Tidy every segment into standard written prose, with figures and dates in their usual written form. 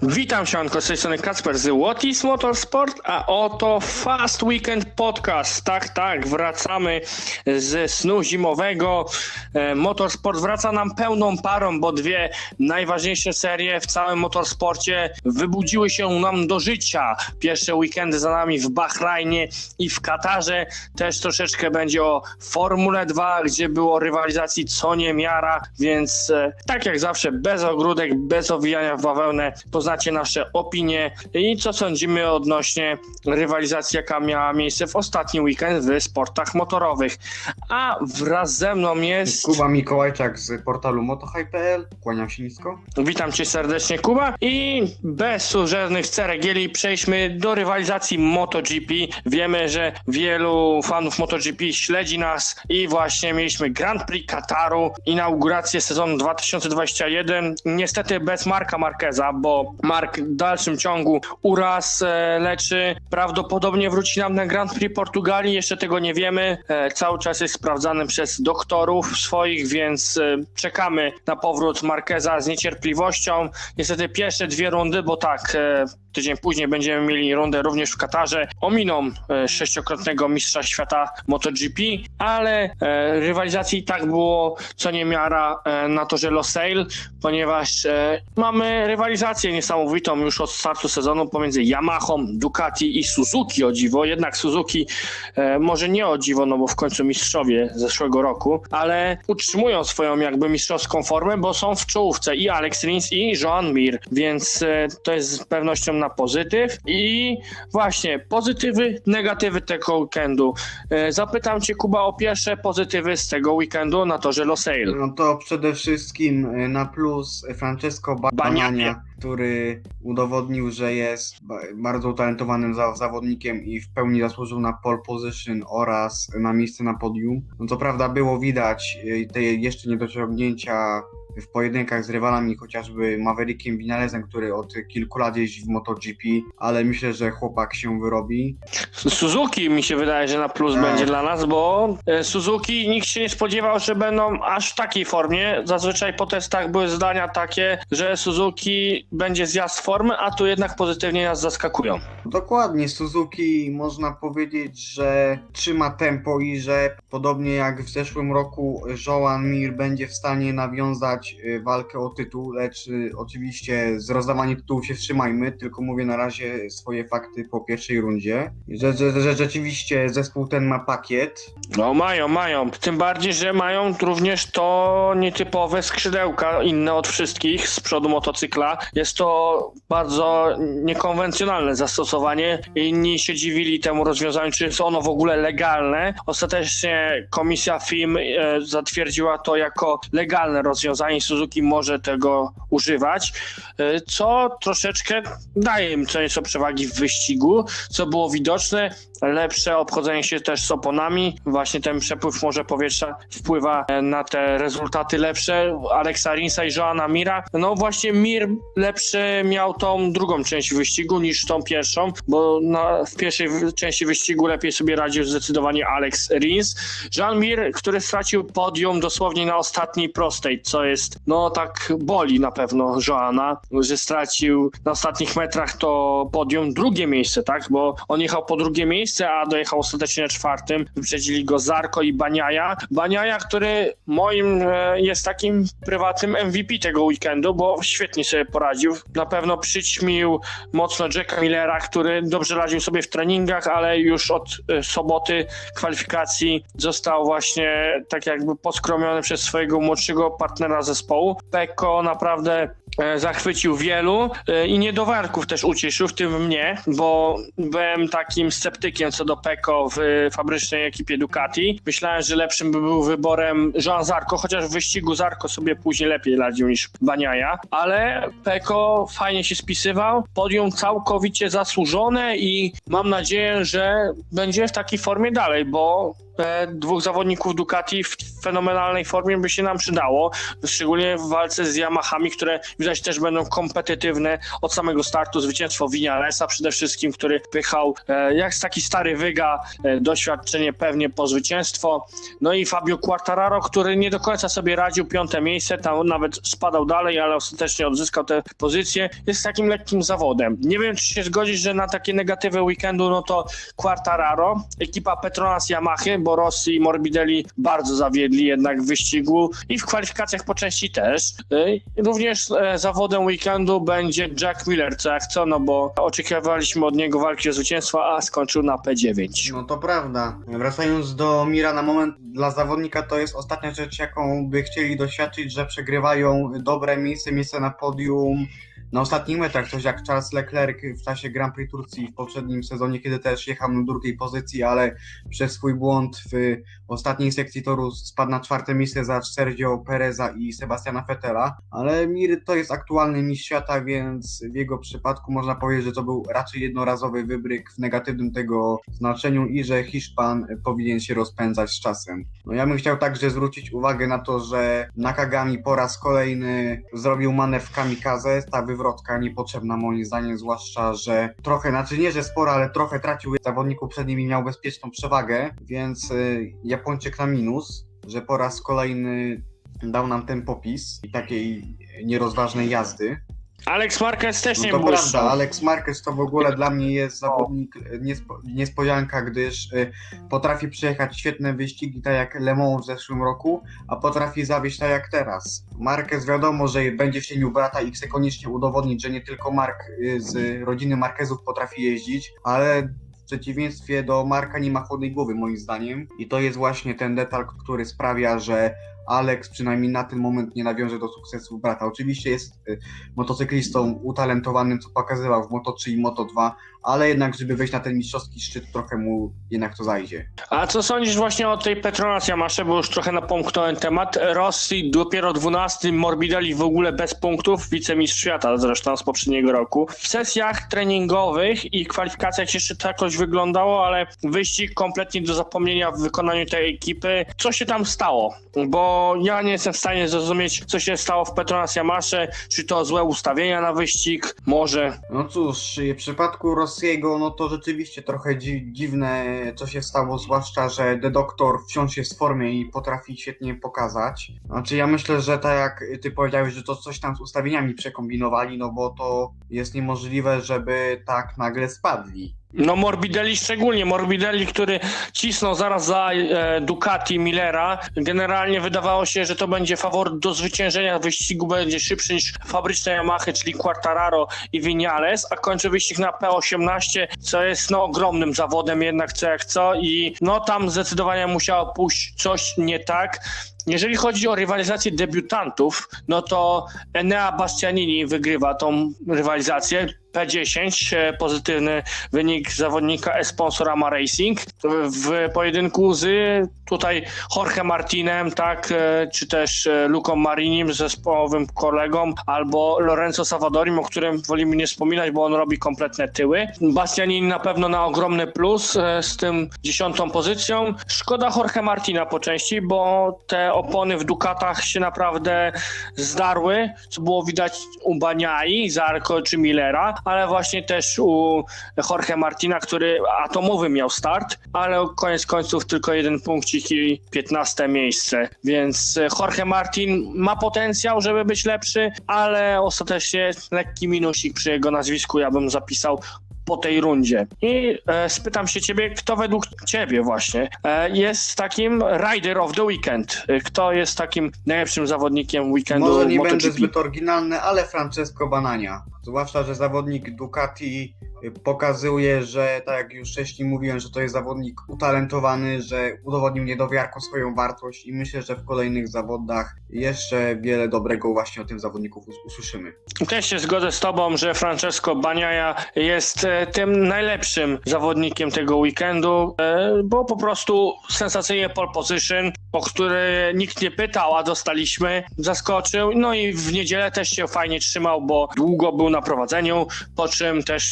Witam siemanko, z tej strony Kacper z What is Motorsport, a oto Fast Weekend Podcast. Tak, wracamy ze snu zimowego. Motorsport wraca nam pełną parą, bo dwie najważniejsze serie w całym motorsporcie wybudziły się nam do życia. Pierwsze weekendy za nami w Bahrajnie i w Katarze. Też troszeczkę będzie o Formule 2, gdzie było rywalizacji co niemiara, więc tak jak zawsze, bez ogródek, bez owijania w bawełnę, poznacie nasze opinie i co sądzimy odnośnie rywalizacji, jaka miała miejsce w ostatni weekend w sportach motorowych. A wraz ze mną jest Kuba Mikołajczak z portalu motohype.pl. Kłaniam się nisko. Witam cię serdecznie, Kuba, i bez żadnych ceregieli przejdźmy do rywalizacji MotoGP. Wiemy, że wielu fanów MotoGP śledzi nas i właśnie mieliśmy Grand Prix Kataru, inaugurację sezonu 2021, niestety bez Marca Marqueza, bo Mark w dalszym ciągu uraz leczy, prawdopodobnie wróci nam na Grand Prix Portugalii, jeszcze tego nie wiemy, cały czas jest sprawdzany przez doktorów swoich, więc czekamy na powrót Marqueza z niecierpliwością. Niestety pierwsze dwie rundy, bo tak, tydzień później będziemy mieli rundę również w Katarze, ominą sześciokrotnego mistrza świata MotoGP, ale rywalizacji i tak było co niemiara na torze Losail, ponieważ mamy rywalizację niesamowitą już od startu sezonu pomiędzy Yamahą, Ducati i Suzuki, o dziwo. Jednak Suzuki może nie o dziwo, no bo w końcu mistrzowie zeszłego roku, ale utrzymują swoją jakby mistrzowską formę, bo są w czołówce i Alex Rins i Joan Mir, więc to jest z pewnością na pozytyw. I właśnie pozytywy, negatywy tego weekendu. Zapytam cię, Kuba, o pierwsze pozytywy z tego weekendu na torze Losail. No to przede wszystkim na plus Francesco Bagnaia, który udowodnił, że jest bardzo utalentowanym zawodnikiem i w pełni zasłużył na pole position oraz na miejsce na podium. No co prawda było widać te jeszcze niedociągnięcia w pojedynkach z rywalami, chociażby Maverickiem Vinalesem, który od kilku lat jeździ w MotoGP, ale myślę, że chłopak się wyrobi. Suzuki mi się wydaje, że na plus będzie dla nas, bo Suzuki nikt się nie spodziewał, że będą aż w takiej formie. Zazwyczaj po testach były zdania takie, że Suzuki będzie zjazd formy, a tu jednak pozytywnie nas zaskakują. Dokładnie, Suzuki można powiedzieć, że trzyma tempo i że podobnie jak w zeszłym roku Joan Mir będzie w stanie nawiązać walkę o tytuł, lecz oczywiście z rozdawaniem tytułów się wstrzymajmy, tylko mówię na razie swoje fakty po pierwszej rundzie, że rzeczywiście zespół ten ma pakiet. No mają, tym bardziej, że mają również to nietypowe skrzydełka, inne od wszystkich z przodu motocykla. Jest to bardzo niekonwencjonalne zastosowanie. Inni się dziwili temu rozwiązaniu, czy jest ono w ogóle legalne. Ostatecznie komisja FIM zatwierdziła to jako legalne rozwiązanie. Suzuki może tego używać, co troszeczkę daje im co nieco przewagi w wyścigu, co było widoczne. Lepsze obchodzenie się też z oponami. Właśnie ten przepływ może powietrza wpływa na te rezultaty lepsze Alexa Rinsa i Joana Mira. No właśnie Mir lepszy miał tą drugą część wyścigu niż tą pierwszą, bo w pierwszej części wyścigu lepiej sobie radził zdecydowanie Alex Rins. Joan Mir, który stracił podium dosłownie na ostatniej prostej, co jest, no tak boli na pewno Joana, że stracił na ostatnich metrach to podium, drugie miejsce, tak, bo on jechał po drugie miejsce, a dojechał ostatecznie na czwartym. Wyprzedzili go Zarco i Bagnaia. Bagnaia, który moim jest takim prywatnym MVP tego weekendu, bo świetnie sobie poradził. Na pewno przyćmił mocno Jacka Millera, który dobrze radził sobie w treningach, ale już od soboty kwalifikacji został właśnie tak jakby poskromiony przez swojego młodszego partnera zespołu. Pecco naprawdę zachwycił wielu i niedowarków też ucieszył, w tym mnie, bo byłem takim sceptykiem co do Pecco w fabrycznej ekipie Ducati. Myślałem, że lepszym by był wyborem Joan Zarco, chociaż w wyścigu Zarco sobie później lepiej radził niż Bagnaia, ale Pecco fajnie się spisywał, podium całkowicie zasłużone i mam nadzieję, że będzie w takiej formie dalej, bo dwóch zawodników Ducati w fenomenalnej formie by się nam przydało, szczególnie w walce z Yamahami, które widać też będą kompetytywne od samego startu. Zwycięstwo Vinalesa przede wszystkim, który pychał jak taki stary wyga, doświadczenie pewnie po zwycięstwo. No i Fabio Quartararo, który nie do końca sobie radził, 5. miejsce, tam nawet spadał dalej, ale ostatecznie odzyskał tę pozycję. Jest takim lekkim zawodem. Nie wiem, czy się zgodzisz, że na takie negatywy weekendu, no to Quartararo, ekipa Petronas Yamahy, bo Rossi i Morbidelli bardzo zawiedli jednak w wyścigu i w kwalifikacjach po części też. Również zawodem weekendu będzie Jack Miller, co jak co, no bo oczekiwaliśmy od niego walki o zwycięstwo, a skończył na P9. No to prawda. Wracając do Mira, na moment dla zawodnika to jest ostatnia rzecz, jaką by chcieli doświadczyć, że przegrywają dobre miejsce na podium na ostatnich metrach, coś jak Charles Leclerc w czasie Grand Prix Turcji w poprzednim sezonie, kiedy też jechał na drugiej pozycji, ale przez swój błąd w ostatniej sekcji toru spadł na 4. miejsce za Sergio Pereza i Sebastiana Vettela, ale Mir to jest aktualny mistrz świata, więc w jego przypadku można powiedzieć, że to był raczej jednorazowy wybryk w negatywnym tego znaczeniu i że Hiszpan powinien się rozpędzać z czasem. No ja bym chciał także zwrócić uwagę na to, że Nakagami po raz kolejny zrobił manewr kamikaze, ta wywrotka niepotrzebna moim zdaniem, zwłaszcza, że trochę, znaczy nie, że sporo, ale trochę tracił zawodników przed nim i miał bezpieczną przewagę, więc Japończyk na minus, że po raz kolejny dał nam ten popis i takiej nierozważnej jazdy. Alex Marquez też nie to błyszczał. prawda, Alex Marquez to w ogóle dla mnie jest zawodnik niespodzianka, gdyż potrafi przejechać świetne wyścigi, tak jak Le Mans w zeszłym roku, a potrafi zawieść tak jak teraz. Marquez wiadomo, że będzie w cieniu brata i chce koniecznie udowodnić, że nie tylko Mark z rodziny Marquezów potrafi jeździć, ale w przeciwieństwie do Marka nie ma chłodnej głowy moim zdaniem i to jest właśnie ten detal, który sprawia, że Alex przynajmniej na ten moment nie nawiąże do sukcesu brata. Oczywiście jest motocyklistą utalentowanym, co pokazywał w Moto3 i Moto2, ale jednak, żeby wejść na ten mistrzowski szczyt, trochę mu jednak to zajdzie. A co sądzisz właśnie o tej Petronas Yamasze, bo już trochę napomknąłem temat. Rossi dopiero 12, Morbidelli w ogóle bez punktów, wicemistrz świata zresztą z poprzedniego roku. W sesjach treningowych i kwalifikacjach jeszcze to jakoś wyglądało, ale wyścig kompletnie do zapomnienia w wykonaniu tej ekipy. Co się tam stało? Bo ja nie jestem w stanie zrozumieć, co się stało w Petronas Yamasze, czy to złe ustawienia na wyścig, może. No cóż, w przypadku Rossiego, no to rzeczywiście trochę dziwne, co się stało, zwłaszcza, że The Doctor wciąż jest w formie i potrafi świetnie pokazać. Znaczy ja myślę, że tak jak ty powiedziałeś, że to coś tam z ustawieniami przekombinowali, no bo to jest niemożliwe, żeby tak nagle spadli. No Morbidelli szczególnie, Morbidelli, który cisnął zaraz za Ducati Millera. Generalnie wydawało się, że to będzie faworyt do zwyciężenia wyścigu, będzie szybszy niż fabryczne Yamahy, czyli Quartararo i Vinales, a kończy wyścig na P18, co jest no ogromnym zawodem jednak co jak co i no tam zdecydowanie musiało pójść coś nie tak. Jeżeli chodzi o rywalizację debiutantów, no to Enea Bastianini wygrywa tą rywalizację. P10, pozytywny wynik zawodnika Sponsorama Racing. W pojedynku z tutaj Jorge Martinem, tak, czy też Luką Marinim, zespołowym kolegą, albo Lorenzo Savadorim, o którym wolimy nie wspominać, bo on robi kompletne tyły. Bastianini na pewno na ogromny plus z tym 10. pozycją. Szkoda Jorge Martina po części, bo te opony w Ducatach się naprawdę zdarły, co było widać u Baniai, Zarco czy Millera, ale właśnie też u Jorge Martina, który atomowy miał start, ale koniec końców tylko jeden punkcik i 15 miejsce, więc Jorge Martin ma potencjał, żeby być lepszy, ale ostatecznie lekki minusik przy jego nazwisku ja bym zapisał po tej rundzie. I spytam się ciebie, kto według ciebie właśnie jest takim rider of the weekend? Kto jest takim najlepszym zawodnikiem weekendu Może nie MotoGP? będę zbyt oryginalny, ale Francesco Banania. Zwłaszcza, że zawodnik Ducati pokazuje, że tak jak już wcześniej mówiłem, że to jest zawodnik utalentowany, że udowodnił niedowiarką swoją wartość i myślę, że w kolejnych zawodach jeszcze wiele dobrego właśnie o tym zawodniku usłyszymy. Też się zgodzę z tobą, że Francesco Bagnaia jest tym najlepszym zawodnikiem tego weekendu, bo po prostu sensacyjnie pole position, o który nikt nie pytał, a dostaliśmy, zaskoczył, no i w niedzielę też się fajnie trzymał, bo długo był na prowadzeniu, po czym też wydarł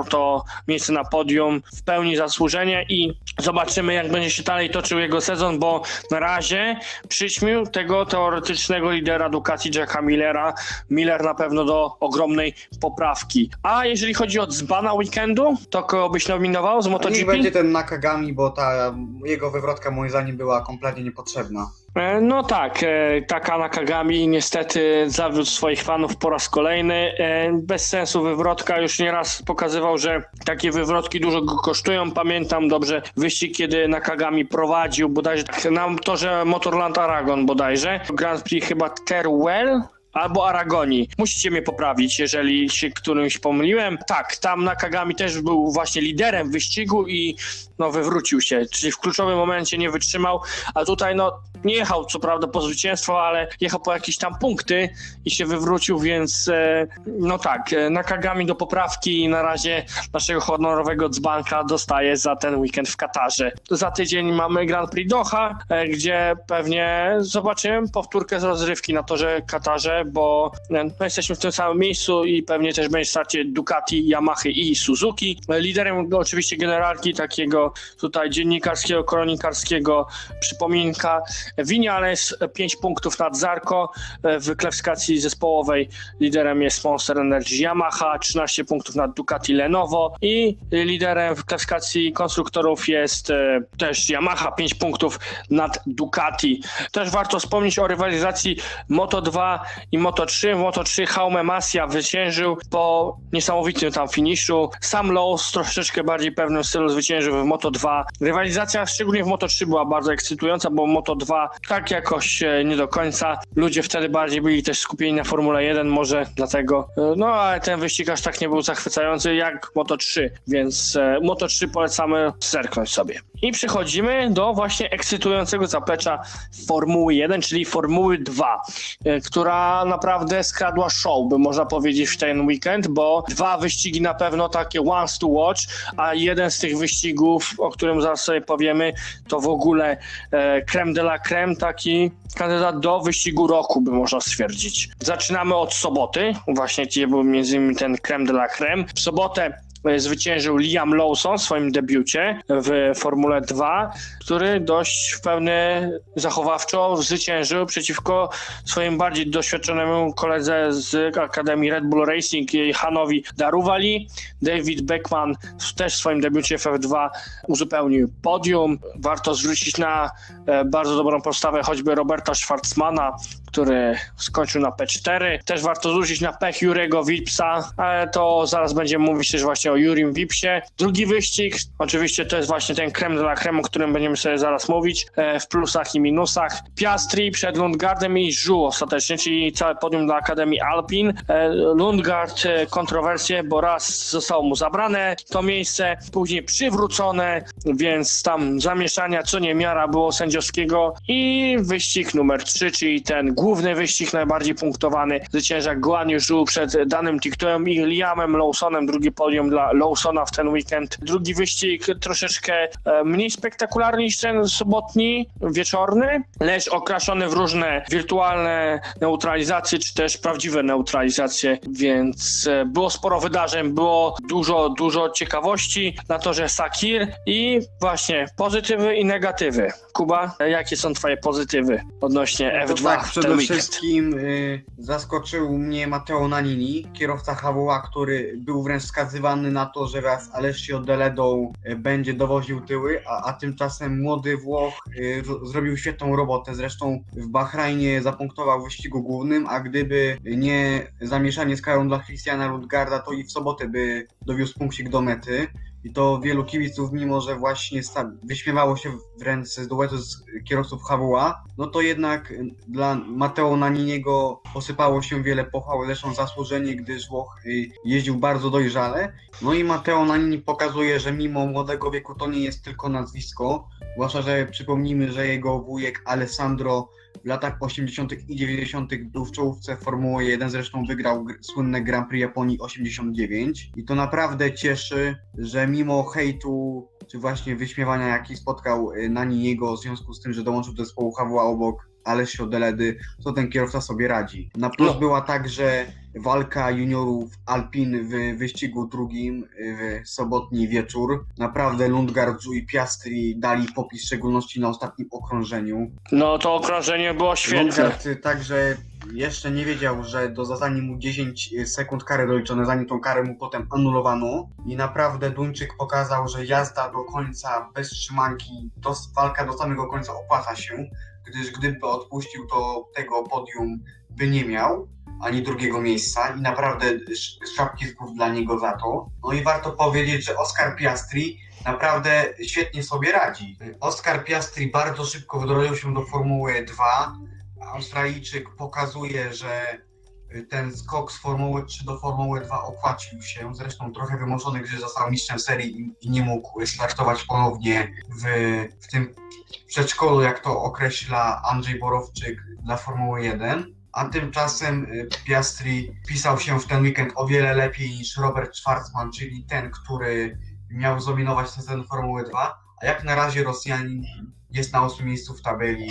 to miejsce na podium w pełni zasłużenie i zobaczymy, jak będzie się dalej toczył jego sezon, bo na razie przyćmił tego teoretycznego lidera Ducati Jacka Millera. Miller na pewno do ogromnej poprawki. A jeżeli chodzi o dzbana weekendu, to kogo byś nominował z Niech MotoGP? będzie ten Nakagami, bo ta jego wywrotka moim zdaniem była kompletnie niepotrzebna. No tak, Taka Nakagami niestety zawiódł swoich fanów po raz kolejny. Bez sensu wywrotka, już nieraz pokazywał, że takie wywrotki dużo go kosztują. Pamiętam dobrze wyścig, kiedy Nakagami prowadził bodajże na torze Motorland Aragon bodajże. Grand Prix chyba Teruel albo Aragonii. Musicie mnie poprawić, jeżeli się którymś pomyliłem. Tak, tam Nakagami też był właśnie liderem wyścigu i wywrócił się, czyli w kluczowym momencie nie wytrzymał, a tutaj nie jechał co prawda po zwycięstwo, ale jechał po jakieś tam punkty i się wywrócił, więc Nakagami do poprawki i na razie naszego honorowego dzbanka dostaje za ten weekend w Katarze. Za tydzień mamy Grand Prix Doha, gdzie pewnie zobaczymy powtórkę z rozrywki na torze Katarze, bo jesteśmy w tym samym miejscu i pewnie też będzie w starcie Ducati, Yamaha i Suzuki. Liderem oczywiście generalki takiego tutaj dziennikarskiego, kronikarskiego przypominka Vinales, 5 punktów nad Zarco. W klasyfikacji zespołowej liderem jest Monster Energy Yamaha, 13 punktów nad Ducati Lenovo i liderem w klasyfikacji konstruktorów jest też Yamaha, 5 punktów nad Ducati. Też warto wspomnieć o rywalizacji Moto2 i Moto3. W Moto3 Jaume Masia zwyciężył po niesamowitym tam finiszu. Sam Lowe's troszeczkę bardziej pewnym stylu zwyciężył w Moto2. Rywalizacja szczególnie w Moto3 była bardzo ekscytująca, bo Moto2 tak jakoś nie do końca. Ludzie wtedy bardziej byli też skupieni na Formule 1, może dlatego. Ale ten wyścig aż tak nie był zachwycający jak Moto3, więc Moto3 polecamy zerknąć sobie. I przechodzimy do właśnie ekscytującego zaplecza Formuły 1, czyli Formuły 2, która naprawdę skradła show, by można powiedzieć, w ten weekend, bo 2 wyścigi na pewno takie ones to watch, a jeden z tych wyścigów, o którym zaraz sobie powiemy, to w ogóle creme de la creme, taki kandydat do wyścigu roku, by można stwierdzić. Zaczynamy od soboty, właśnie gdzie był między innymi ten creme de la creme. W sobotę zwyciężył Liam Lawson w swoim debiucie w Formule 2, który dość w pełny zachowawczo zwyciężył przeciwko swoim bardziej doświadczonemu koledze z Akademii Red Bull Racing, Hanowi Daruvali. David Beckman też w swoim debiucie w F2 uzupełnił podium. Warto zwrócić na bardzo dobrą postawę choćby Roberta Schwarzmana, który skończył na P4. Też warto zwrócić na pech Jurego Vipsa, ale to zaraz będziemy mówić też właśnie o Jurim Vipsie. Drugi wyścig, oczywiście to jest właśnie ten creme de la creme, o którym będziemy sobie zaraz mówić, w plusach i minusach. Piastri przed Lundgaardem i Zhou ostatecznie, czyli całe podium dla Akademii Alpin. Lundgaard kontrowersje, bo raz zostało mu zabrane to miejsce, później przywrócone, więc tam zamieszania co niemiara było sędziowskiego. I wyścig numer 3, czyli ten główny wyścig, najbardziej punktowany, zwycięża Guan Yu Zhou przed Danem Tictoem i Liamem Lawsonem, drugie podium dla Lawsona w ten weekend. Drugi wyścig troszeczkę mniej spektakularny niż ten sobotni, wieczorny, lecz okraszony w różne wirtualne neutralizacje, czy też prawdziwe neutralizacje, więc było sporo wydarzeń, było dużo ciekawości na torze Sakir i właśnie pozytywy i negatywy. Kuba, jakie są twoje pozytywy odnośnie F2 tak, w przede ten weekend? wszystkim zaskoczył mnie Matteo Nannini, kierowca HWA, który był wręcz skazywany na to, że wraz z Alessio Deledą będzie dowoził tyły, a tymczasem młody Włoch zrobił świetną robotę. Zresztą w Bahrajnie zapunktował w wyścigu głównym, a gdyby nie zamieszanie z karą dla Christiana Lundgaarda, to i w sobotę by dowiózł punkcik do mety. I to wielu kibiców, mimo że właśnie wyśmiewało się wręcz z duetu z kierowców HWA, no to jednak dla Matteo Nanniniego posypało się wiele pochwał, zresztą zasłużenie, gdyż Włoch jeździł bardzo dojrzale. No i Matteo Nannini pokazuje, że mimo młodego wieku to nie jest tylko nazwisko, zwłaszcza, że przypomnijmy, że jego wujek Alessandro w latach 80. i 90. był w czołówce Formuły 1, zresztą wygrał słynne Grand Prix Japonii 89 i to naprawdę cieszy, że mimo hejtu czy właśnie wyśmiewania, jaki spotkał Nanniniego w związku z tym, że dołączył do zespołu HWA obok Alessio Deledy, co ten kierowca sobie radzi. Na plus była także walka juniorów Alpin w wyścigu drugim w sobotni wieczór. Naprawdę Lundgaard, Zhou i Piastri dali popis, w szczególności na ostatnim okrążeniu. No to okrążenie było świetne. Lundgaard także jeszcze nie wiedział, że zanim mu 10 sekund kary doliczone, zanim tą karę mu potem anulowano. I naprawdę Duńczyk pokazał, że jazda do końca bez trzymanki, walka do samego końca opłaca się, gdyż gdyby odpuścił, to tego podium by nie miał, ani drugiego miejsca i naprawdę szapki z głów dla niego za to. No i warto powiedzieć, że Oscar Piastri naprawdę świetnie sobie radzi. Oscar Piastri bardzo szybko wdrożył się do Formuły 2. Australijczyk pokazuje, że ten skok z Formuły 3 do Formuły 2 opłacił się. Zresztą trochę wymuszony, gdy został mistrzem serii i nie mógł startować ponownie w tym przedszkolu, jak to określa Andrzej Borowczyk, dla Formuły 1. A tymczasem Piastri wpisał się w ten weekend o wiele lepiej niż Robert Schwarzman, czyli ten, który miał zdominować sezon Formuły 2, a jak na razie Rosjanin jest na 8 miejscu w tabeli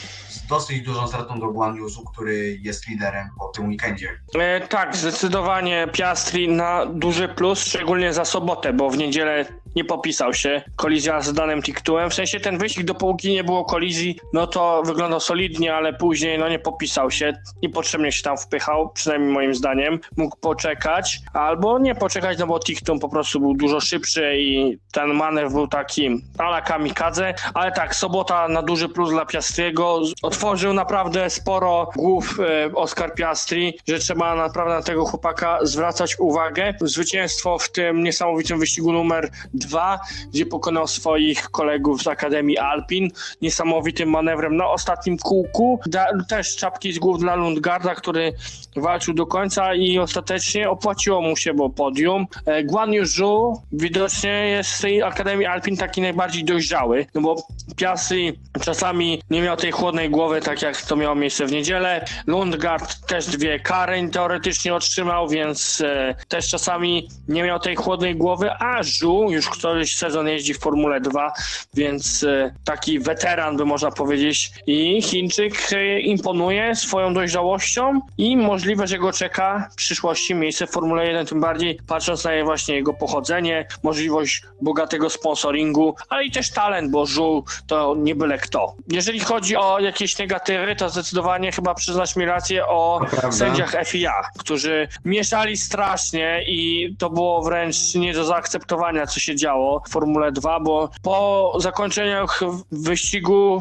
z dosyć dużą stratą do Guan Yuzu, który jest liderem po tym weekendzie. Tak, zdecydowanie Piastri na duży plus, szczególnie za sobotę, bo w niedzielę nie popisał się. Kolizja z Danem Tictuem, w sensie ten wyścig, dopóki nie było kolizji, no to wyglądał solidnie, ale później no nie popisał się, niepotrzebnie się tam wpychał, przynajmniej moim zdaniem. Mógł poczekać, albo nie poczekać, no bo Tictum po prostu był dużo szybszy i ten manewr był taki a la kamikadze, ale tak, sobota na duży plus dla Piastriego. Otworzył naprawdę sporo głów Oscar Piastri, że trzeba naprawdę na tego chłopaka zwracać uwagę. Zwycięstwo w tym niesamowitym wyścigu numer 2, gdzie pokonał swoich kolegów z Akademii Alpin niesamowitym manewrem na ostatnim kółku. Też czapki z głów dla Lundgaarda, który walczył do końca i ostatecznie opłaciło mu się, bo podium. Guan Yu widocznie jest z tej Akademii Alpin taki najbardziej dojrzały, no bo Piastri czasami nie miał tej chłodnej głowy, tak jak to miało miejsce w niedzielę. Lundgaard też 2 kary teoretycznie otrzymał, więc też czasami nie miał tej chłodnej głowy, a Zhou już któryś sezon jeździ w Formule 2, więc taki weteran, by można powiedzieć, i Chińczyk imponuje swoją dojrzałością i możliwe, że go czeka w przyszłości miejsce w Formule 1, tym bardziej patrząc na właśnie jego pochodzenie, możliwość bogatego sponsoringu, ale i też talent, bo Zhou to nie byle kto. Jeżeli chodzi o jakieś negatywy, to zdecydowanie chyba przyznać mi rację o sędziach FIA, którzy mieszali strasznie i to było wręcz nie do zaakceptowania, co się działo w Formule 2, bo po zakończeniu wyścigu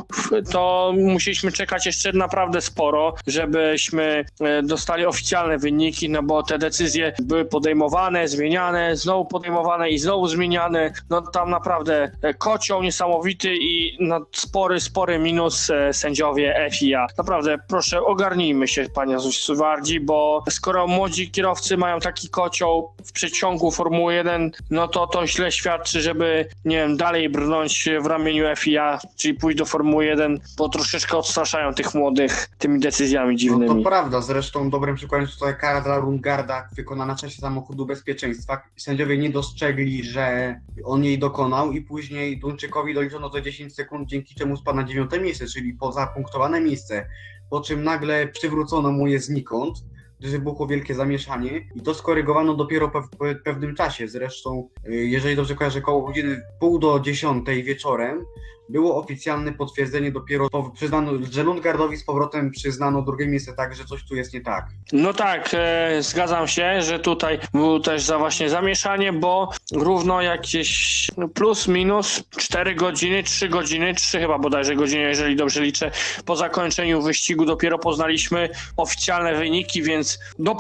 to musieliśmy czekać jeszcze naprawdę sporo, żebyśmy dostali oficjalne wyniki, no bo te decyzje były podejmowane, zmieniane, znowu podejmowane i znowu zmieniane. No tam naprawdę kocioł niesamowity i no, spory minus sędziowie FIA. Naprawdę proszę, ogarnijmy się, panie Suwardzi, bo skoro młodzi kierowcy mają taki kocioł w przeciągu Formuły 1, no to źle świadczy, żeby, nie wiem, dalej brnąć w ramieniu FIA, czyli pójść do Formuły 1, bo troszeczkę odstraszają tych młodych tymi decyzjami dziwnymi. No to prawda, zresztą dobrym przykładem jest tutaj kara dla Lundgaarda wykonana w czasie samochodu bezpieczeństwa. Sędziowie nie dostrzegli, że on jej dokonał i później Duńczykowi doliczono te 10 sekund, dzięki czemu spadł na 9. miejsce, czyli poza punktowane miejsce, po czym nagle przywrócono mu je znikąd, gdy wybuchło wielkie zamieszanie i to skorygowano dopiero po pewnym czasie. Zresztą, jeżeli dobrze kojarzę, koło godziny 9:30 wieczorem było oficjalne potwierdzenie, dopiero przyznano, że Lundgaardowi z powrotem przyznano drugie miejsce, tak, że coś tu jest nie tak. No tak, zgadzam się, że tutaj było też właśnie zamieszanie, bo równo jakieś plus minus 4 godziny, 3 godziny, 3 chyba bodajże godziny, jeżeli dobrze liczę, po zakończeniu wyścigu dopiero poznaliśmy oficjalne wyniki, więc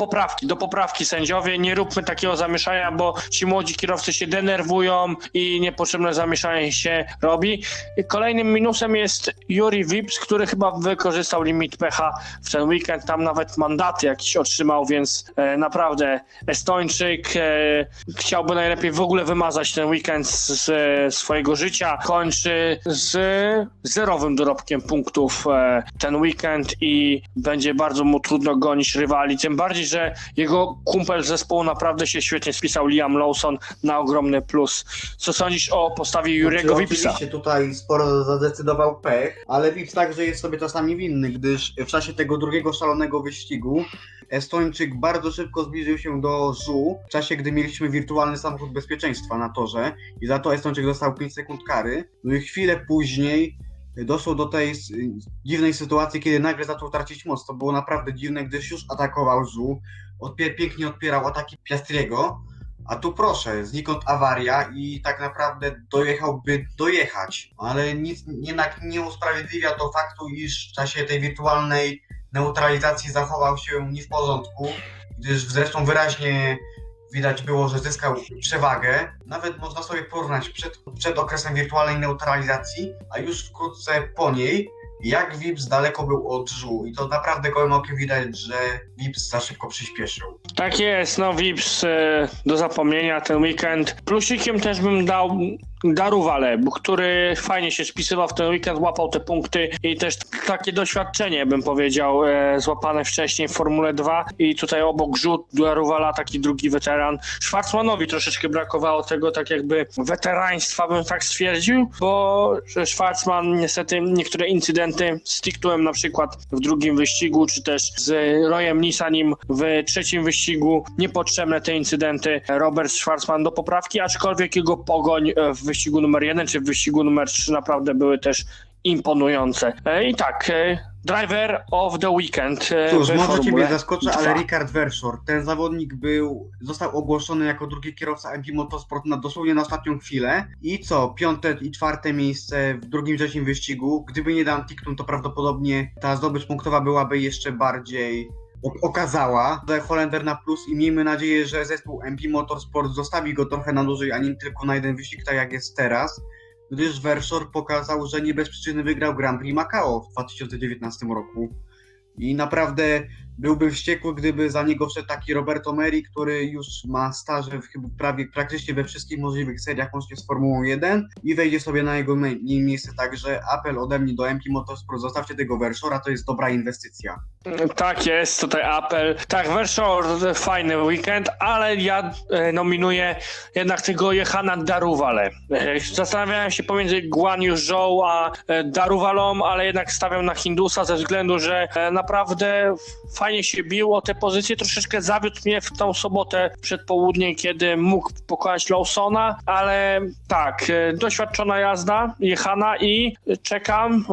do poprawki sędziowie, nie róbmy takiego zamieszania, bo ci młodzi kierowcy się denerwują i niepotrzebne zamieszanie się robi. Kolejnym minusem jest Juri Vips, który chyba wykorzystał limit pecha w ten weekend, tam nawet mandaty jakieś otrzymał, więc naprawdę Estończyk chciałby najlepiej w ogóle wymazać ten weekend z swojego życia. Kończy z 0 dorobkiem punktów ten weekend i będzie bardzo mu trudno gonić rywali, tym bardziej, że jego kumpel z zespołu naprawdę się świetnie spisał, Liam Lawson, na ogromny plus. Co sądzisz o postawie Juriego Vipsa? Oczywiście tutaj sporo zadecydował pech, ale Vips także jest sobie czasami winny, gdyż w czasie tego drugiego szalonego wyścigu Estończyk bardzo szybko zbliżył się do Zhou, w czasie gdy mieliśmy wirtualny samochód bezpieczeństwa na torze i za to Estończyk dostał 5 sekund kary. No i chwilę później doszło do tej dziwnej sytuacji, kiedy nagle zaczął tracić moc. To było naprawdę dziwne, gdyż już atakował Zhou, pięknie odpierał ataki Piastriego, a tu proszę, znikąd awaria i tak naprawdę dojechałby dojechać. Ale nic jednak nie usprawiedliwia to faktu, iż w czasie tej wirtualnej neutralizacji zachował się nie w porządku, gdyż zresztą wyraźnie widać było, że zyskał przewagę. Nawet można sobie porównać przed okresem wirtualnej neutralizacji, a już wkrótce po niej, jak Vips daleko był od Zhou. I to naprawdę gołym okiem widać, że Vips za szybko przyspieszył. Tak jest, no Vips do zapomnienia ten weekend. Plusikiem też bym dał Daruwale, który fajnie się spisywał w ten weekend, łapał te punkty i też takie doświadczenie, bym powiedział, złapane wcześniej w Formule 2 i tutaj obok Zhou Daruwala taki drugi weteran. Schwarzmanowi troszeczkę brakowało tego tak jakby weteraństwa, bym tak stwierdził, bo Schwarzman niestety niektóre incydenty z TikTokiem na przykład w drugim wyścigu, czy też z Royem Nissanim w trzecim wyścigu, niepotrzebne te incydenty. Robert Schwarzman do poprawki, aczkolwiek jego pogoń w wyścigu numer 1 czy w wyścigu numer 3 naprawdę były też imponujące. I tak, driver of the weekend. Cóż, może Formule ciebie zaskoczę, 2. ale Richard Verschoor, ten zawodnik został ogłoszony jako drugi kierowca MP Motorsport dosłownie na ostatnią chwilę. I co? 5. i 4. miejsce w drugim, trzecim wyścigu. Gdyby nie dam TikTok, to prawdopodobnie ta zdobycz punktowa byłaby jeszcze bardziej okazała. Holender na plus i miejmy nadzieję, że zespół MP Motorsport zostawi go trochę na dłużej, a nie tylko na jeden wyścig, tak jak jest teraz, gdyż Verschoor pokazał, że nie bez przyczyny wygrał Grand Prix Macao w 2019 roku. I naprawdę byłbym wściekły, gdyby za niego wszedł taki Roberto Meri, który już ma staże praktycznie we wszystkich możliwych seriach, łącznie z Formułą 1 i wejdzie sobie na jego miejsce. Także apel ode mnie do MP Motorsport, zostawcie tego Verschoora, to jest dobra inwestycja. Tak jest, tutaj apel. Tak, Verschoor fajny weekend, ale ja nominuję jednak tego Johana Daruwale. Zastanawiałem się pomiędzy Guan Yu Zhou a Daruwalą, ale jednak stawiam na Hindusa ze względu, że naprawdę fajnie się bił o tę pozycję, troszeczkę zawiódł mnie w tą sobotę przed południem, kiedy mógł pokonać Lawsona, ale tak, doświadczona jazda Johana i czekam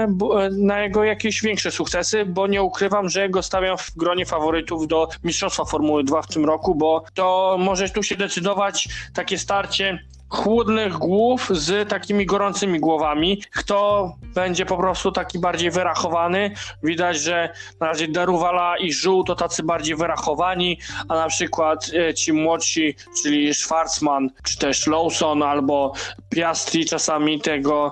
na jego jakieś większe sukcesy, bo nie ukrywam, że go stawiam w gronie faworytów do Mistrzostwa Formuły 2 w tym roku, bo to może tu się decydować takie starcie chłodnych głów z takimi gorącymi głowami. Kto będzie po prostu taki bardziej wyrachowany? Widać, że na razie Daruwala i Zhou to tacy bardziej wyrachowani, a na przykład ci młodsi, czyli Schwarzman, czy też Lawson albo Piastri, czasami tego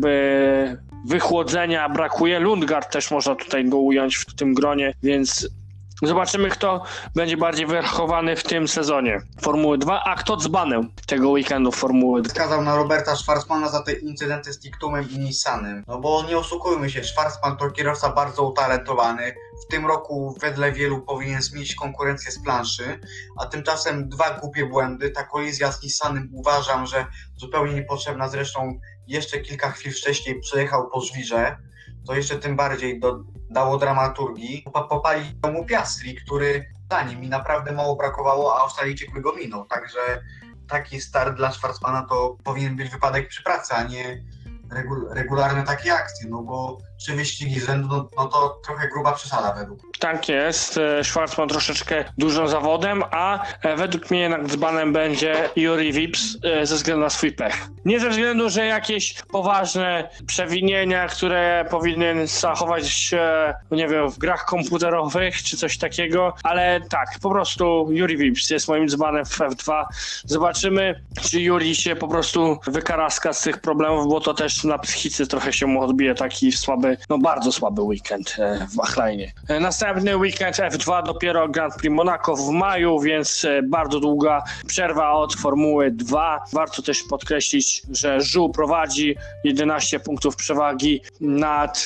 jakby wychłodzenia brakuje. Lundgaard też można tutaj go ująć w tym gronie, więc zobaczymy, kto będzie bardziej wyrachowany w tym sezonie Formuły 2, a kto dzbanę tego weekendu Formuły 2. Wskazał na Roberta Schwarzmana za te incydenty z TikTokiem i Nissanem. No bo nie oszukujmy się, Schwarzman to kierowca bardzo utalentowany. W tym roku wedle wielu powinien zmienić konkurencję z planszy, a tymczasem 2 głupie błędy. Ta kolizja z Nissanem uważam, że zupełnie niepotrzebna. Zresztą jeszcze kilka chwil wcześniej przejechał po żwirze. To jeszcze tym bardziej dało dramaturgii. Popalił mu Piastri, który za nim mi naprawdę mało brakowało, a Australijczyk by go minął. Także taki start dla Schwarzmana to powinien być wypadek przy pracy, a nie regularne takie akcje, no bo 3 wyścigi z rzędu, no to trochę gruba przesada według mnie. Tak jest, Schwarzman troszeczkę dużym zawodem, a według mnie jednak dzbanem będzie Juri Vips ze względu na swój pech. Nie ze względu, że jakieś poważne przewinienia, które powinien zachować, nie wiem, w grach komputerowych czy coś takiego, ale tak, po prostu Juri Vips jest moim dzbanem w F2. Zobaczymy, czy Juri się po prostu wykaraska z tych problemów, bo to też na psychice trochę się mu odbije taki słaby, no bardzo słaby weekend w Bahrajnie. Następny weekend F2 dopiero Grand Prix Monaco w maju, więc bardzo długa przerwa od Formuły 2. Warto też podkreślić, że Zhou prowadzi 11 punktów przewagi nad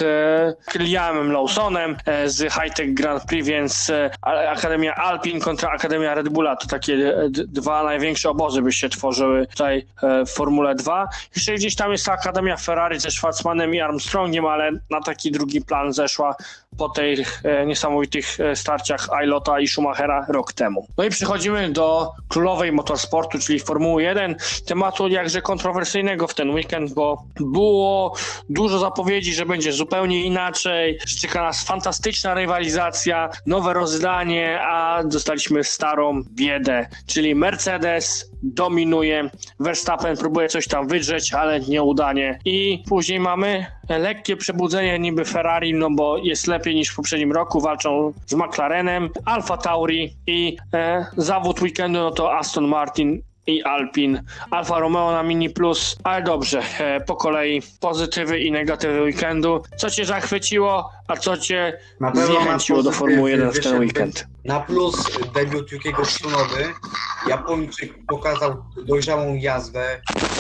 Liamem Lawsonem z Hightech Grand Prix, więc Akademia Alpine kontra Akademia Red Bulla to takie 2 największe obozy by się tworzyły tutaj w Formule 2. Jeszcze gdzieś tam jest ta Akademia Ferrari ze Schwarzmanem i Armstrongiem, ale na taki drugi plan zeszła po tych niesamowitych starciach Ailota i Schumachera rok temu. No i przechodzimy do królowej motorsportu, czyli Formuły 1, tematu jakże kontrowersyjnego w ten weekend, bo było dużo zapowiedzi, że będzie zupełnie inaczej, że czeka nas fantastyczna rywalizacja, nowe rozdanie, a dostaliśmy starą biedę, czyli Mercedes dominuje, Verstappen próbuje coś tam wydrzeć, ale nieudanie i później mamy lekkie przebudzenie niby Ferrari, no bo jest lepiej niż w poprzednim roku, walczą z McLarenem, Alfa Tauri i zawód weekendu no to Aston Martin i Alpine, Alfa Romeo na Mini Plus, ale dobrze, po kolei pozytywy i negatywy weekendu. Co cię zachwyciło, a co cię zniechęciło do Formuły 1 w ten weekend? Na plus debiut Yukiego Tsunody. Japończyk pokazał dojrzałą jazdę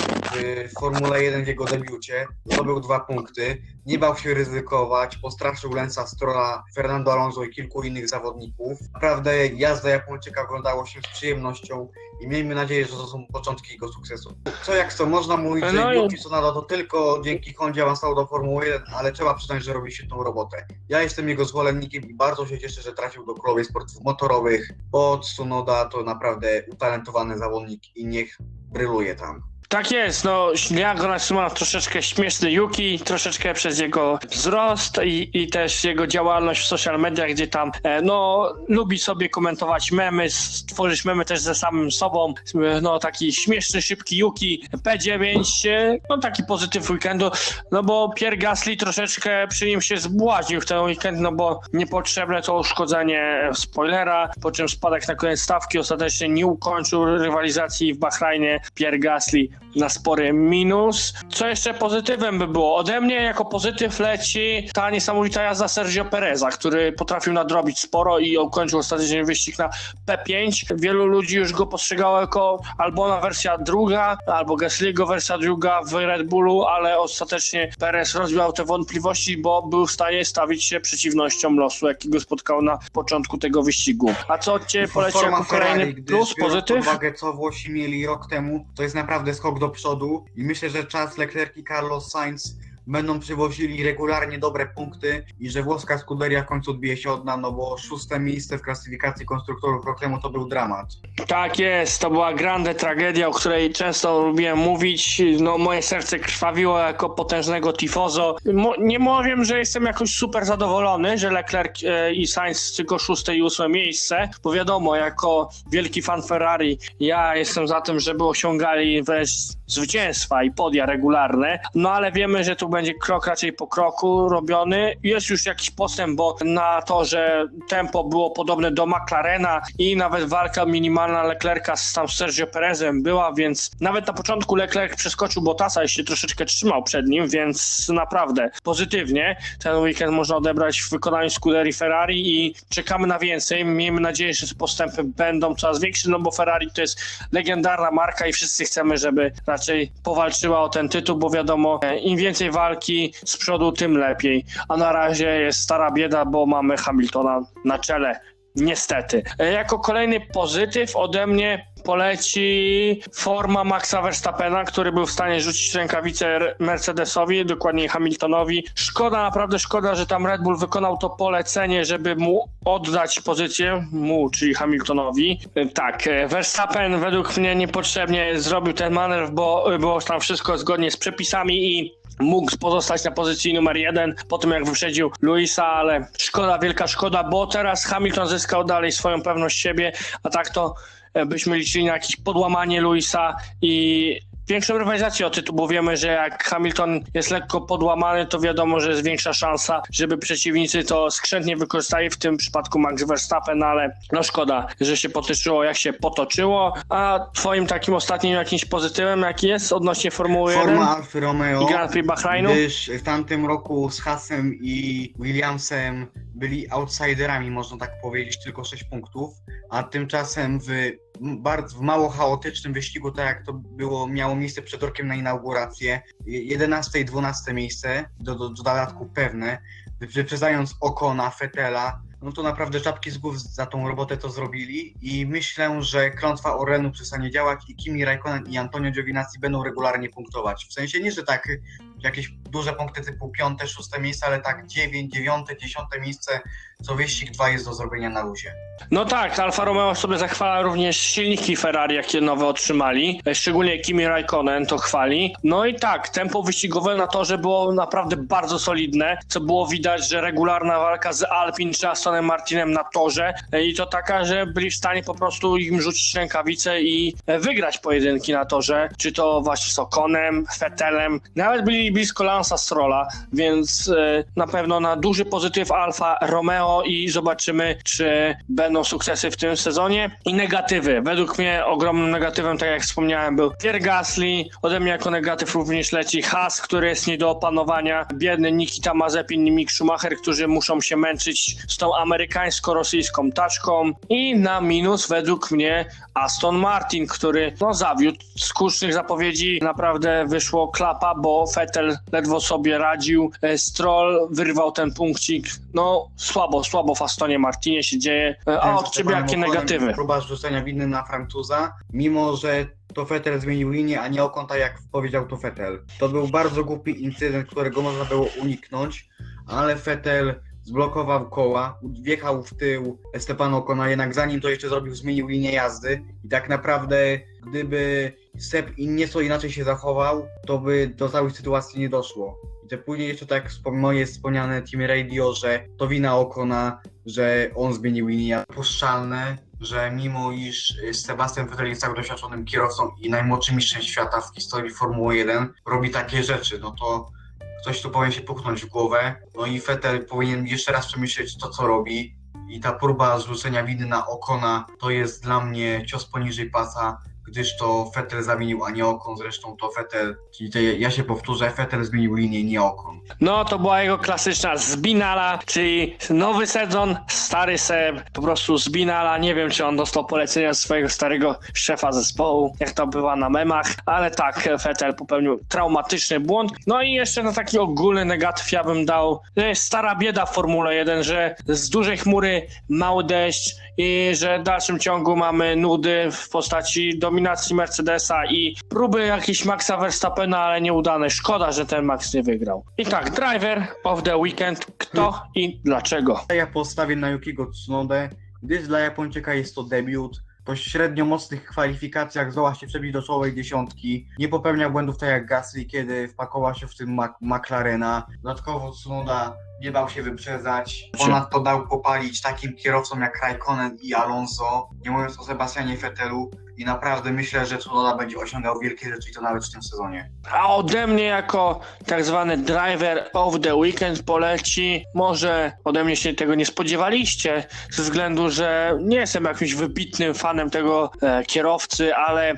w Formule 1 w jego debiucie. Zdobył 2 punkty. Nie bał się ryzykować. Postraszył Lensa Strolla, Fernando Alonso i kilku innych zawodników. Naprawdę jazda Japończyka oglądało się z przyjemnością i miejmy nadzieję, że to są początki jego sukcesu. Co jak to, można mówić, że Yuki Tsunoda to tylko dzięki Hondzie awansował do Formuły 1, ale trzeba przyznać, że robi świetną robotę. Ja jestem jego zwolennikiem i bardzo się cieszę, że trafił do królowej sportów motorowych, bo Tsunoda to naprawdę utalentowany zawodnik i niech bryluje tam. Tak jest, no ja go nazywam troszeczkę śmieszny Yuki, troszeczkę przez jego wzrost i też jego działalność w social mediach, gdzie tam lubi sobie komentować memy, stworzyć memy też ze samym sobą, no taki śmieszny, szybki Yuki P9, no taki pozytyw weekendu, no bo Pierre Gasly troszeczkę przy nim się zbłaźnił w ten weekend, no bo niepotrzebne to uszkodzenie spoilera, po czym spadek na koniec stawki, ostatecznie nie ukończył rywalizacji w Bahrajnie Pierre Gasly na spory minus. Co jeszcze pozytywem by było? Ode mnie jako pozytyw leci ta niesamowita jazda Sergio Pereza, który potrafił nadrobić sporo i ukończył ostatecznie wyścig na P5. Wielu ludzi już go postrzegało jako Albona wersja druga, albo Gasly'ego wersja druga w Red Bullu, ale ostatecznie Perez rozwiał te wątpliwości, bo był w stanie stawić się przeciwnością losu, jakiego spotkał na początku tego wyścigu. A co cię poleci jako kolejny plus, pozytyw? Pod uwagę, co Włosi mieli rok temu, to jest naprawdę skok do przodu i myślę, że Charles Leclerc i Carlos Sainz będą przywozili regularnie dobre punkty i że włoska Scuderia w końcu odbije się od nas, no bo 6. miejsce w klasyfikacji konstruktorów rok temu to był dramat. Tak jest, to była grande tragedia, o której często lubiłem mówić. No moje serce krwawiło jako potężnego tifozo. Nie mówię, że jestem jakoś super zadowolony, że Leclerc i Sainz tylko 6. i 8. miejsce, bo wiadomo, jako wielki fan Ferrari ja jestem za tym, żeby osiągali wręcz zwycięstwa i podia regularne, no ale wiemy, że tu będzie krok raczej po kroku robiony. Jest już jakiś postęp, bo na to, że tempo było podobne do McLarena i nawet walka minimalna Leclerca z Sergio Perezem była, więc nawet na początku Leclerc przeskoczył Bottasa i się troszeczkę trzymał przed nim, więc naprawdę pozytywnie ten weekend można odebrać w wykonaniu Scuderii Ferrari i czekamy na więcej. Miejmy nadzieję, że te postępy będą coraz większe, no bo Ferrari to jest legendarna marka i wszyscy chcemy, żeby raczej powalczyła o ten tytuł, bo wiadomo, im więcej walki z przodu, tym lepiej. A na razie jest stara bieda, bo mamy Hamiltona na czele. Niestety. Jako kolejny pozytyw ode mnie poleci forma Maxa Verstappena, który był w stanie rzucić rękawicę Mercedesowi, dokładniej Hamiltonowi. Szkoda, naprawdę szkoda, że tam Red Bull wykonał to polecenie, żeby mu oddać pozycję, czyli Hamiltonowi. Tak, Verstappen według mnie niepotrzebnie zrobił ten manewr, bo było tam wszystko zgodnie z przepisami i mógł pozostać na pozycji numer 1 po tym jak wyprzedził Luisa, ale szkoda, wielka szkoda, bo teraz Hamilton zyskał dalej swoją pewność siebie, a tak to byśmy liczyli na jakieś podłamanie Luisa i większą rywalizację o tytuł, bo wiemy, że jak Hamilton jest lekko podłamany, to wiadomo, że jest większa szansa, żeby przeciwnicy to skrzętnie wykorzystali, w tym przypadku Max Verstappen, ale no szkoda, że się potoczyło jak się potoczyło. A twoim takim ostatnim jakimś pozytywem jaki jest odnośnie Formuły 1? Forma Alfy Romeo i Grand Prix Bahrajnu? Gdyż w tamtym roku z Haasem i Williamsem byli outsiderami, można tak powiedzieć, tylko 6 punktów, a tymczasem w mało chaotycznym wyścigu, tak jak to miało miejsce przed rokiem na inaugurację, 11 i 12 miejsce, do dodatku pewne, wyprzedzając Ocona, Vettela, no to naprawdę czapki z głów za tą robotę to zrobili i myślę, że klątwa Orlenu przestanie działać i Kimi Raikkonen i Antonio Giovinazzi będą regularnie punktować. W sensie nie, że tak jakieś duże punkty typu 5., 6. miejsce, ale tak 9., 9., 10. miejsce, co wyścig 2 jest do zrobienia na luzie. No tak, Alfa Romeo sobie zachwala również silniki Ferrari, jakie nowe otrzymali, szczególnie Kimi Raikkonen to chwali. No i tak, tempo wyścigowe na torze było naprawdę bardzo solidne, co było widać, że regularna walka z Alpine czy Astonem Martinem na torze i to taka, że byli w stanie po prostu im rzucić rękawice i wygrać pojedynki na torze, czy to właśnie z Oconem, Vettelem, nawet byli blisko Lance'a Strolla, więc na pewno na duży pozytyw Alfa Romeo i zobaczymy, czy będą sukcesy w tym sezonie. I negatywy. Według mnie ogromnym negatywem, tak jak wspomniałem, był Pierre Gasly. Ode mnie jako negatyw również leci Haas, który jest nie do opanowania. Biedny Nikita Mazepin i Mick Schumacher, którzy muszą się męczyć z tą amerykańsko-rosyjską taczką. I na minus według mnie Aston Martin, który zawiódł. Z kucznych zapowiedzi naprawdę wyszło klapa, bo Vettel ledwo sobie radził. Stroll wyrwał ten punkcik. Słabo w Astonie Martinie się dzieje. A od ciebie jakie negatywy? Próba zrzucenia winy na Francuza, mimo że to Vettel zmienił linię, a nie Ocon, tak jak powiedział to Vettel. To był bardzo głupi incydent, którego można było uniknąć, ale Vettel zblokował koła, wjechał w tył Estepana Ocona, jednak zanim to jeszcze zrobił, zmienił linię jazdy i tak naprawdę gdyby Seb nieco inaczej się zachował, to by do całej sytuacji nie doszło. I to później jeszcze tak moje wspomniane Team Radio, że to wina Ocona, że on zmienił linię. Puszczalne, że mimo iż Sebastian Vettel jest tak doświadczonym kierowcą i najmłodszym mistrzem świata w historii Formuły 1, robi takie rzeczy, to ktoś tu powinien się puknąć w głowę. No i Vettel powinien jeszcze raz przemyśleć to, co robi. I ta próba zrzucenia winy na Ocona to jest dla mnie cios poniżej pasa, gdyż to Vettel zamienił, a nie Ocon. Zresztą to Vettel, czyli ja się powtórzę, Vettel zmienił linię, nie Ocon. To była jego klasyczna zbinala, czyli nowy sezon, stary Seb, po prostu zbinala. Nie wiem, czy on dostał polecenia od swojego starego szefa zespołu, jak to bywa na memach, ale tak, Vettel popełnił traumatyczny błąd. No i jeszcze na taki ogólny negatyw ja bym dał, że jest stara bieda w Formule 1, że z dużej chmury mały deszcz i że w dalszym ciągu mamy nudy w postaci dominacji Mercedesa i próby jakiejś Maxa Verstappena, ale nieudane. Szkoda, że ten Max nie wygrał. I tak, driver of the weekend. Kto i dlaczego? Ja postawię na Yukiego Tsunodę, gdyż dla Japończyka jest to debiut. Po średnio mocnych kwalifikacjach zdoła się przebić do czołowej dziesiątki. Nie popełniał błędów tak jak Gasly, kiedy wpakował się w tym McLarena. Dodatkowo Tsunoda nie bał się wyprzedzać. Ponadto dał popalić takim kierowcom jak Raikkonen i Alonso, nie mówiąc o Sebastianie Vettelu. I naprawdę myślę, że Tsunoda będzie osiągał wielkie rzeczy i to nawet w tym sezonie. A ode mnie jako tak zwany driver of the weekend poleci, może ode mnie się tego nie spodziewaliście, ze względu, że nie jestem jakimś wybitnym fanem tego kierowcy, ale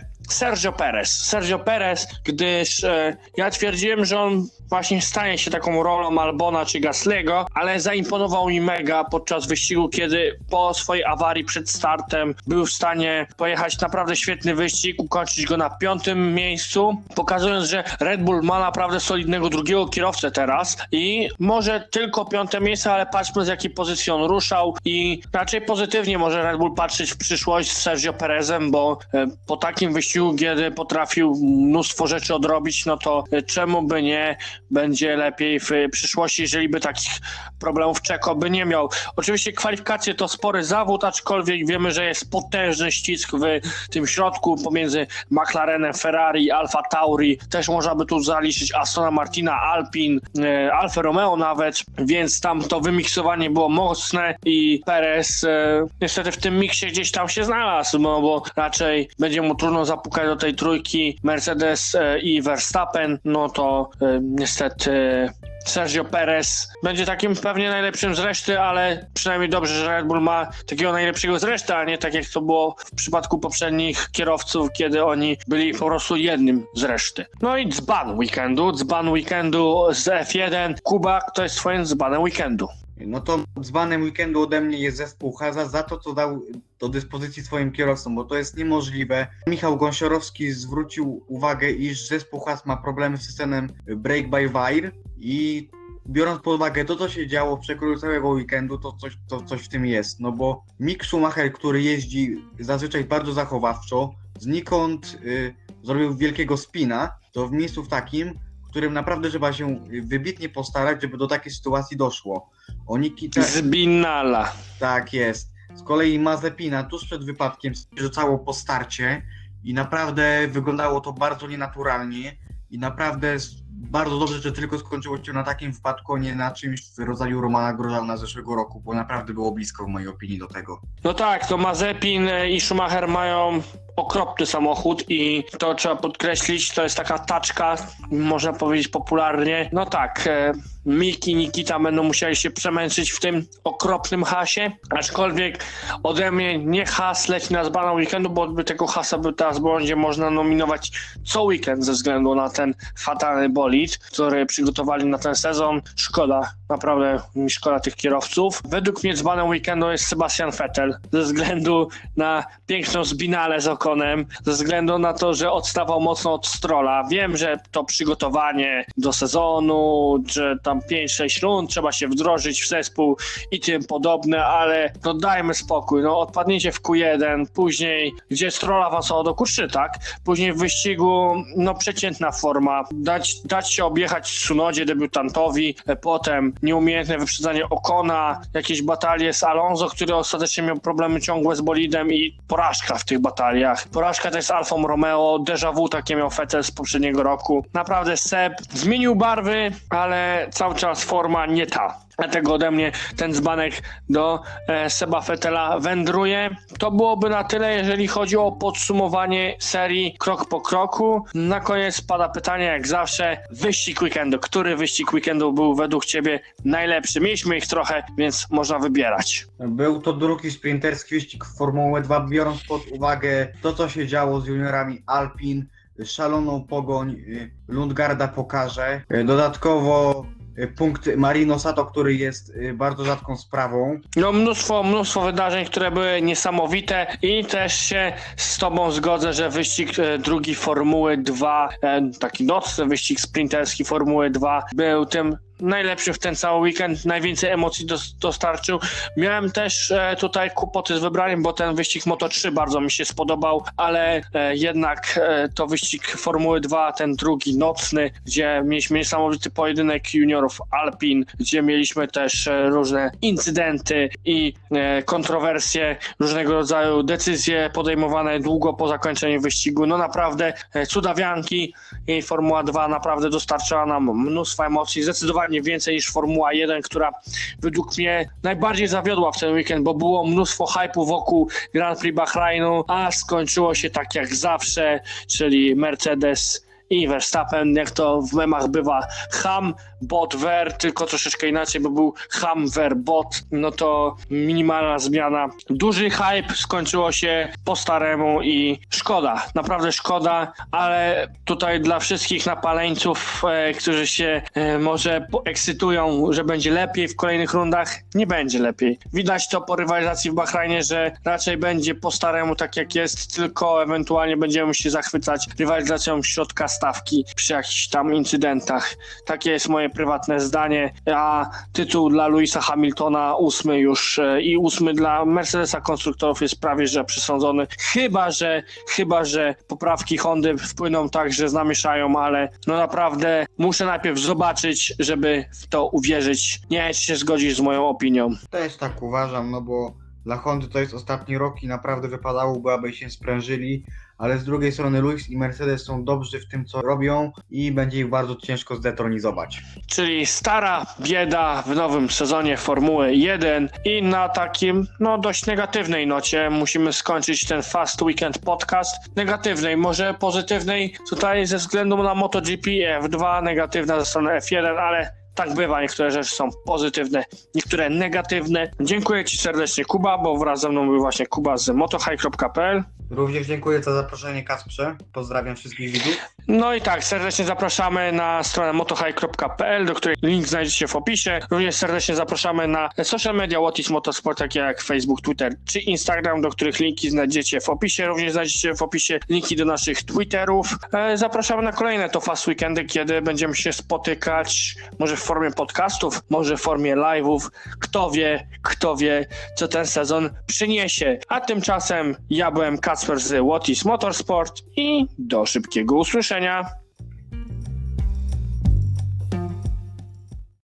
Sergio Perez, gdyż ja twierdziłem, że on właśnie stanie się taką rolą Albona czy Gasly'ego, ale zaimponował mi mega podczas wyścigu, kiedy po swojej awarii przed startem był w stanie pojechać naprawdę świetny wyścig, ukończyć go na 5. miejscu, pokazując, że Red Bull ma naprawdę solidnego drugiego kierowcę teraz i może tylko 5. miejsce, ale patrzmy z jakiej pozycji on ruszał i raczej pozytywnie może Red Bull patrzeć w przyszłość z Sergio Perezem, bo po takim wyścigu, kiedy potrafił mnóstwo rzeczy odrobić, to czemu by nie, będzie lepiej w przyszłości, jeżeli by takich problemów Czeko by nie miał. Oczywiście kwalifikacje to spory zawód, aczkolwiek wiemy, że jest potężny ścisk w tym środku pomiędzy McLarenem, Ferrari, Alfa Tauri. Też można by tu zaliczyć Astona Martina, Alpine, Alfa Romeo nawet, więc tam to wymiksowanie było mocne i Perez niestety w tym miksie gdzieś tam się znalazł, bo raczej będzie mu trudno zapukać do tej trójki Mercedes i Verstappen, to niestety Sergio Perez będzie takim pewnie najlepszym z reszty, ale przynajmniej dobrze, że Red Bull ma takiego najlepszego z reszty, a nie tak jak to było w przypadku poprzednich kierowców, kiedy oni byli po prostu jednym z reszty. No i dzban weekendu z F1. Kuba, kto jest twoim dzbanem weekendu? To dzbanem weekendu ode mnie jest zespół Haasa za to, co dał do dyspozycji swoim kierowcom, bo to jest niemożliwe. Michał Gąsiorowski zwrócił uwagę, iż zespół Haas ma problemy z systemem brake by wire i biorąc pod uwagę to, co się działo w przekroju całego weekendu, to coś w tym jest. Bo Mick Schumacher, który jeździ zazwyczaj bardzo zachowawczo, znikąd zrobił wielkiego spina, to w miejscu takim, którym naprawdę trzeba się wybitnie postarać, żeby do takiej sytuacji doszło. Z Binala. Tak jest. Z kolei Mazepina tuż przed wypadkiem rzucało po starcie i naprawdę wyglądało to bardzo nienaturalnie i naprawdę bardzo dobrze, że tylko skończyło się na takim wypadku, a nie na czymś w rodzaju Romana Grosjeana z zeszłego roku, bo naprawdę było blisko w mojej opinii do tego. No tak, to Mazepin i Schumacher mają okropny samochód i to trzeba podkreślić, to jest taka taczka, można powiedzieć popularnie. No tak, Mick i Nikita będą musieli się przemęczyć w tym okropnym hasie, aczkolwiek ode mnie nie has leci na zbana weekendu, bo odby tego hasa by teraz będzie można nominować co weekend ze względu na ten fatalny bolid, który przygotowali na ten sezon. Szkoda, naprawdę mi szkoda tych kierowców. Według mnie dzbanem weekendu jest Sebastian Vettel, ze względu na piękną zbinalę z Okonem, ze względu na to, że odstawał mocno od Strolla. Wiem, że to przygotowanie do sezonu, że tam 5-6 rund, trzeba się wdrożyć w zespół i tym podobne, ale no dajmy spokój, no odpadnięcie w Q1, później gdzie Stroll awansował do Q3, tak? Później w wyścigu, no przeciętna forma, dać się objechać Tsunodzie, debiutantowi, potem nieumiejętne wyprzedzanie Okona, jakieś batalie z Alonso, który ostatecznie miał problemy ciągłe z bolidem i porażka w tych bataliach. Porażka też z Alfą Romeo, déjà vu takie miał Vettel z poprzedniego roku. Naprawdę Seb zmienił barwy, ale cały czas forma nie ta. Dlatego ode mnie ten dzbanek do Seba Vettela wędruje. To byłoby na tyle, jeżeli chodzi o podsumowanie serii krok po kroku. Na koniec pada pytanie, jak zawsze, wyścig weekendu. Który wyścig weekendu był według Ciebie najlepszy? Mieliśmy ich trochę, więc można wybierać. Był to drugi sprinterski wyścig w Formułę 2, biorąc pod uwagę to, co się działo z juniorami Alpin, szaloną pogoń Lundgarda pokaże. Dodatkowo punkt Marino Sato, który jest bardzo rzadką sprawą. No mnóstwo wydarzeń, które były niesamowite i też się z Tobą zgodzę, że wyścig drugi Formuły 2, taki nocny wyścig sprinterski Formuły 2 był tym najlepszy w ten cały weekend, najwięcej emocji dostarczył. Miałem też tutaj kłopoty z wybraniem, bo ten wyścig Moto3 bardzo mi się spodobał, ale jednak to wyścig Formuły 2, ten drugi nocny, gdzie mieliśmy niesamowity pojedynek juniorów Alpin, gdzie mieliśmy też różne incydenty i kontrowersje, różnego rodzaju decyzje podejmowane długo po zakończeniu wyścigu. No naprawdę cudawianki i Formuła 2 naprawdę dostarczała nam mnóstwo emocji, zdecydowanie więcej niż Formuła 1, która według mnie najbardziej zawiodła w ten weekend, bo było mnóstwo hype'u wokół Grand Prix Bahrainu, a skończyło się tak jak zawsze, czyli Mercedes i Verstappen, jak to w memach bywa, Ham, bot, ver, tylko troszeczkę inaczej, bo był Ham, ver, bot, no to minimalna zmiana. Duży hype, skończyło się po staremu i szkoda, naprawdę szkoda, ale tutaj dla wszystkich napaleńców, którzy się może poekscytują, że będzie lepiej w kolejnych rundach, nie będzie lepiej. Widać to po rywalizacji w Bahrajnie, że raczej będzie po staremu tak jak jest, tylko ewentualnie będziemy się zachwycać rywalizacją środka stawki przy jakichś tam incydentach. Takie jest moje prywatne zdanie, a tytuł dla Lewisa Hamiltona 8 już i 8 dla Mercedesa konstruktorów jest prawie że przesądzony, chyba że poprawki Hondy wpłyną tak, że zamieszają, ale no naprawdę muszę najpierw zobaczyć, żeby w to uwierzyć. Nie wiem, czy się zgodzisz z moją opinią. Też tak uważam, no bo dla Hondy to jest ostatni rok i naprawdę wypadałoby, aby się sprężyli, ale z drugiej strony Lewis i Mercedes są dobrzy w tym, co robią i będzie ich bardzo ciężko zdetronizować. Czyli stara bieda w nowym sezonie Formuły 1 i na takim, no dość negatywnej nocie musimy skończyć ten Fast Weekend podcast. Negatywnej, może pozytywnej tutaj ze względu na MotoGP F2, negatywna ze strony F1, ale tak bywa, niektóre rzeczy są pozytywne, niektóre negatywne. Dziękuję Ci serdecznie, Kuba, bo wraz ze mną był właśnie Kuba z motohigh.pl. Również dziękuję za zaproszenie, Kacprze. Pozdrawiam wszystkich widzów. No i tak, serdecznie zapraszamy na stronę motohigh.pl, do której link znajdziecie w opisie. Również serdecznie zapraszamy na social media What is Motorsport, takie jak Facebook, Twitter czy Instagram, do których linki znajdziecie w opisie. Również znajdziecie w opisie linki do naszych Twitterów. Zapraszamy na kolejne to Fast Weekendy, kiedy będziemy się spotykać, może w formie podcastów, może w formie live'ów. Kto wie, co ten sezon przyniesie. A tymczasem ja byłem Kacper z What is Motorsport i do szybkiego usłyszenia.